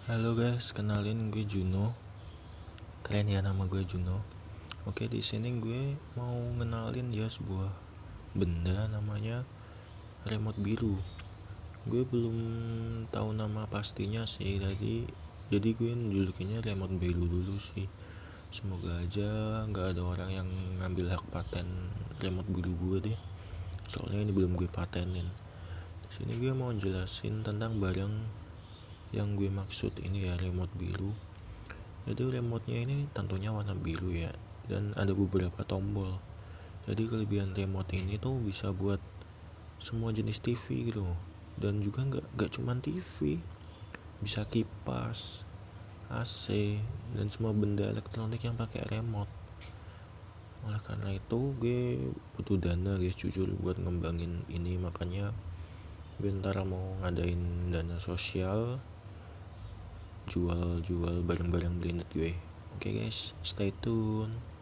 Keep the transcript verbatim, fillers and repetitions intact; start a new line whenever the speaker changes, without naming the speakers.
Halo guys, kenalin gue Juno. Keren ya nama gue Juno. Oke, di sini gue mau ngenalin ya sebuah benda namanya remote biru. Gue belum tahu nama pastinya sih, jadi jadi gue julukinnya remote biru dulu sih. Semoga aja nggak ada orang yang ngambil hak paten remote biru gue deh. Soalnya ini belum gue patenin. Di sini gue mau jelasin tentang barang yang gue maksud ini ya, remote biru. Jadi remote-nya ini tentunya warna biru ya, dan ada beberapa tombol. Jadi kelebihan remote ini tuh bisa buat semua jenis T V gitu, dan juga nggak nggak cuman T V, bisa kipas, A C, dan semua benda elektronik yang pakai remote. Oleh karena itu gue butuh dana guys, jujur, buat ngembangin ini. Makanya gue ntar mau ngadain dana sosial, jual-jual barang-barang blended gue. Oke guys, stay tune.